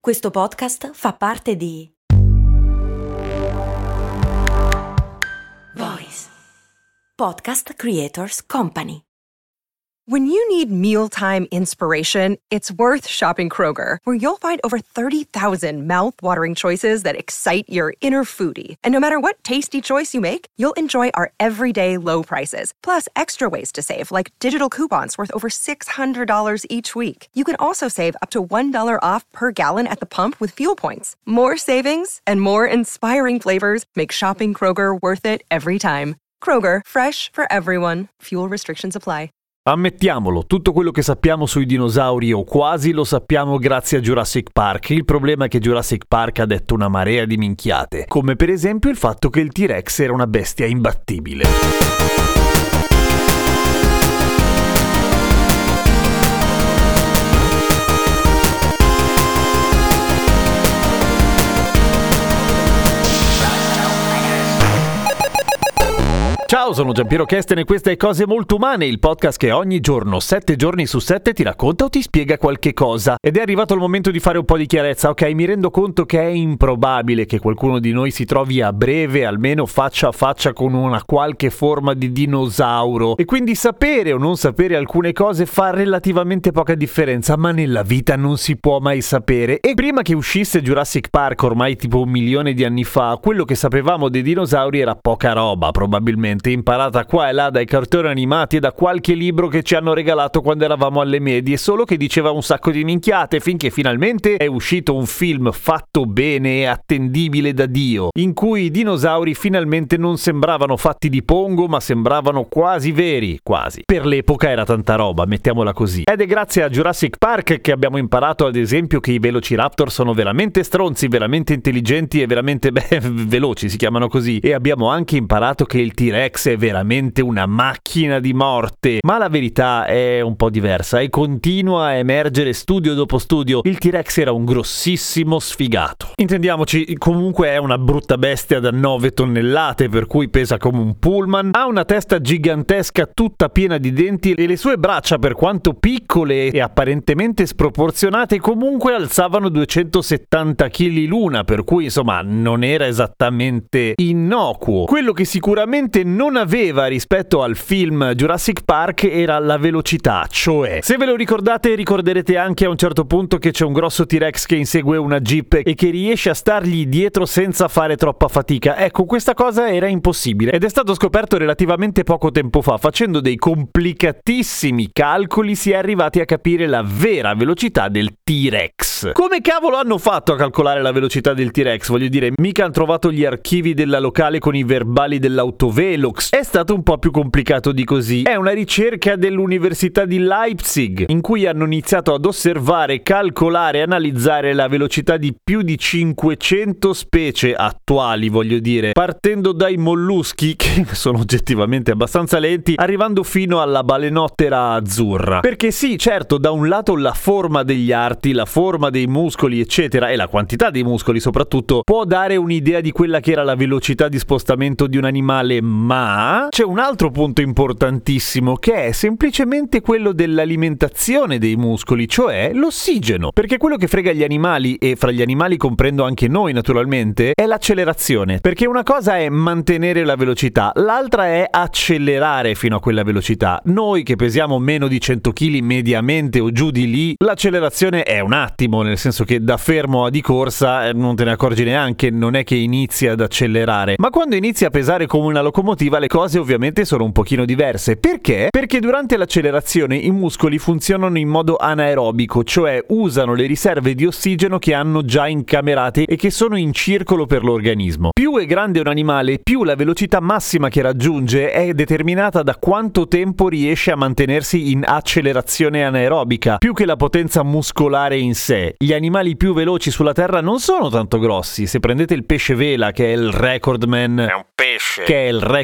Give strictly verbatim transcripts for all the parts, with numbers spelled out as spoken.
Questo podcast fa parte di Voice Podcast Creators Company. When you need mealtime inspiration, it's worth shopping Kroger, where you'll find over thirty thousand mouth-watering choices that excite your inner foodie. And no matter what tasty choice you make, you'll enjoy our everyday low prices, plus extra ways to save, like digital coupons worth over six hundred dollars each week. You can also save up to one dollar off per gallon at the pump with fuel points. More savings and more inspiring flavors make shopping Kroger worth it every time. Kroger, fresh for everyone. Fuel restrictions apply. Ammettiamolo, tutto quello che sappiamo sui dinosauri o quasi lo sappiamo grazie a Jurassic Park. Il problema è che Jurassic Park ha detto una marea di minchiate, come per esempio il fatto che il T-Rex era una bestia imbattibile. Ciao, sono Giampiero Kesten e questa è Cose Molto Umane, il podcast che ogni giorno, sette giorni su sette, ti racconta o ti spiega qualche cosa. Ed è arrivato il momento di fare un po' di chiarezza. Ok, mi rendo conto che è improbabile che qualcuno di noi si trovi a breve, almeno faccia a faccia, con una qualche forma di dinosauro. E quindi sapere o non sapere alcune cose fa relativamente poca differenza, ma nella vita non si può mai sapere. E prima che uscisse Jurassic Park, ormai tipo un milione di anni fa, quello che sapevamo dei dinosauri era poca roba, probabilmente imparata qua e là dai cartoni animati e da qualche libro che ci hanno regalato quando eravamo alle medie, solo che diceva un sacco di minchiate, finché finalmente è uscito un film fatto bene e attendibile da Dio, in cui i dinosauri finalmente non sembravano fatti di pongo, ma sembravano quasi veri, quasi. Per l'epoca era tanta roba, mettiamola così. Ed è grazie a Jurassic Park che abbiamo imparato, ad esempio, che i Velociraptor sono veramente stronzi, veramente intelligenti e veramente, beh, veloci, si chiamano così. E abbiamo anche imparato che il T-Rex è veramente una macchina di morte, ma la verità è un po' diversa e continua a emergere studio dopo studio. Il T-Rex era un grossissimo sfigato. Intendiamoci, comunque è una brutta bestia da nove tonnellate, per cui pesa come un pullman, ha una testa gigantesca tutta piena di denti e le sue braccia, per quanto piccole e apparentemente sproporzionate, comunque alzavano duecentosettanta chili l'una, per cui insomma non era esattamente innocuo. Quello che sicuramente non non aveva rispetto al film Jurassic Park era la velocità, cioè, se ve lo ricordate, ricorderete anche a un certo punto che c'è un grosso T-Rex che insegue una Jeep e che riesce a stargli dietro senza fare troppa fatica. Ecco, questa cosa era impossibile ed è stato scoperto relativamente poco tempo fa. Facendo dei complicatissimi calcoli si è arrivati a capire la vera velocità del T-Rex. Come cavolo hanno fatto a calcolare la velocità del T-Rex? Voglio dire, mica hanno trovato gli archivi della locale con i verbali dell'autovelo. È stato un po' più complicato di così. È una ricerca dell'Università di Leipzig, in cui hanno iniziato ad osservare, calcolare e analizzare la velocità di più di cinquecento specie attuali, voglio dire, partendo dai molluschi, che sono oggettivamente abbastanza lenti, arrivando fino alla balenottera azzurra. Perché sì, certo, da un lato la forma degli arti, la forma dei muscoli, eccetera, e la quantità dei muscoli soprattutto, può dare un'idea di quella che era la velocità di spostamento di un animale, ma c'è un altro punto importantissimo che è semplicemente quello dell'alimentazione dei muscoli, cioè l'ossigeno. Perché quello che frega gli animali, e fra gli animali comprendo anche noi naturalmente, è l'accelerazione. Perché una cosa è mantenere la velocità, l'altra è accelerare fino a quella velocità. Noi che pesiamo meno di cento chili mediamente o giù di lì, l'accelerazione è un attimo, nel senso che da fermo a di corsa non te ne accorgi neanche, non è che inizi ad accelerare. Ma quando inizi a pesare come una locomotiva, le cose ovviamente sono un pochino diverse. Perché? Perché durante l'accelerazione i muscoli funzionano in modo anaerobico, cioè usano le riserve di ossigeno che hanno già incamerate e che sono in circolo per l'organismo. Più è grande un animale, più la velocità massima che raggiunge è determinata da quanto tempo riesce a mantenersi in accelerazione anaerobica, più che la potenza muscolare in sé. Gli animali più veloci sulla Terra non sono tanto grossi. Se prendete il pesce vela, che è il recordman, è un pesce, che è il record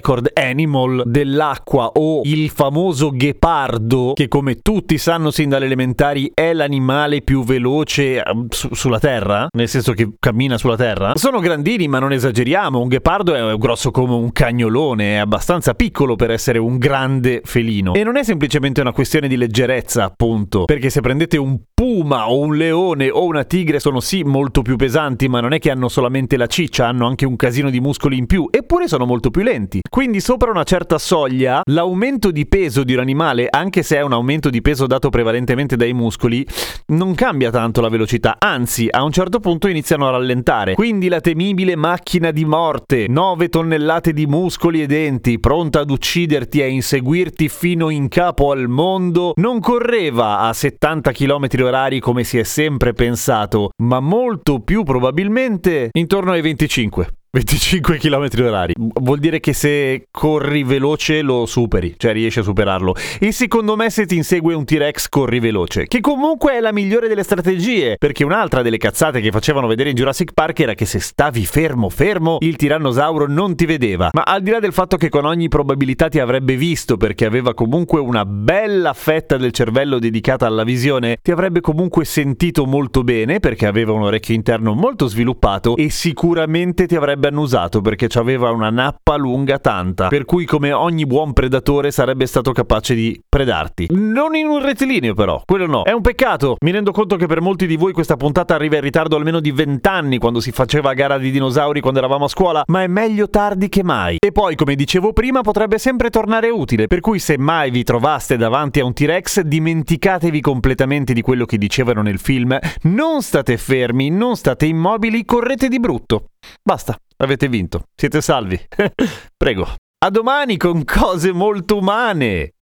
record animal dell'acqua, o il famoso ghepardo, che come tutti sanno sin dalle elementari è l'animale più veloce su- sulla terra, nel senso che cammina sulla terra. Sono grandini, ma non esageriamo, un ghepardo è grosso come un cagnolone, è abbastanza piccolo per essere un grande felino. E non è semplicemente una questione di leggerezza, appunto, perché se prendete un puma o un leone o una tigre sono sì molto più pesanti, ma non è che hanno solamente la ciccia, hanno anche un casino di muscoli in più, eppure sono molto più lenti. Quindi sopra una certa soglia l'aumento di peso di un animale, anche se è un aumento di peso dato prevalentemente dai muscoli, non cambia tanto la velocità, anzi a un certo punto iniziano a rallentare. Quindi la temibile macchina di morte, nove tonnellate di muscoli e denti, pronta ad ucciderti e a inseguirti fino in capo al mondo, non correva a settanta chilometri orari come si è sempre pensato, ma molto più probabilmente intorno ai venticinque. venticinque chilometri orari. Vuol dire che se corri veloce lo superi, cioè riesci a superarlo. E secondo me se ti insegue un T-Rex corri veloce, che comunque è la migliore delle strategie, perché un'altra delle cazzate che facevano vedere in Jurassic Park era che se stavi fermo fermo il tirannosauro non ti vedeva. Ma al di là del fatto che con ogni probabilità ti avrebbe visto, perché aveva comunque una bella fetta del cervello dedicata alla visione, ti avrebbe comunque sentito molto bene perché aveva un orecchio interno molto sviluppato e sicuramente ti avrebbe annusato perché aveva una nappa lunga tanta, per cui come ogni buon predatore sarebbe stato capace di predarti. Non in un rettilineo però, quello no. È un peccato. Mi rendo conto che per molti di voi questa puntata arriva in ritardo almeno di vent'anni, quando si faceva gara di dinosauri quando eravamo a scuola, ma è meglio tardi che mai. E poi, come dicevo prima, potrebbe sempre tornare utile, per cui se mai vi trovaste davanti a un T-Rex dimenticatevi completamente di quello che dicevano nel film, non state fermi, non state immobili, correte di brutto. Basta. Avete vinto, siete salvi. Prego. A domani con cose molto umane.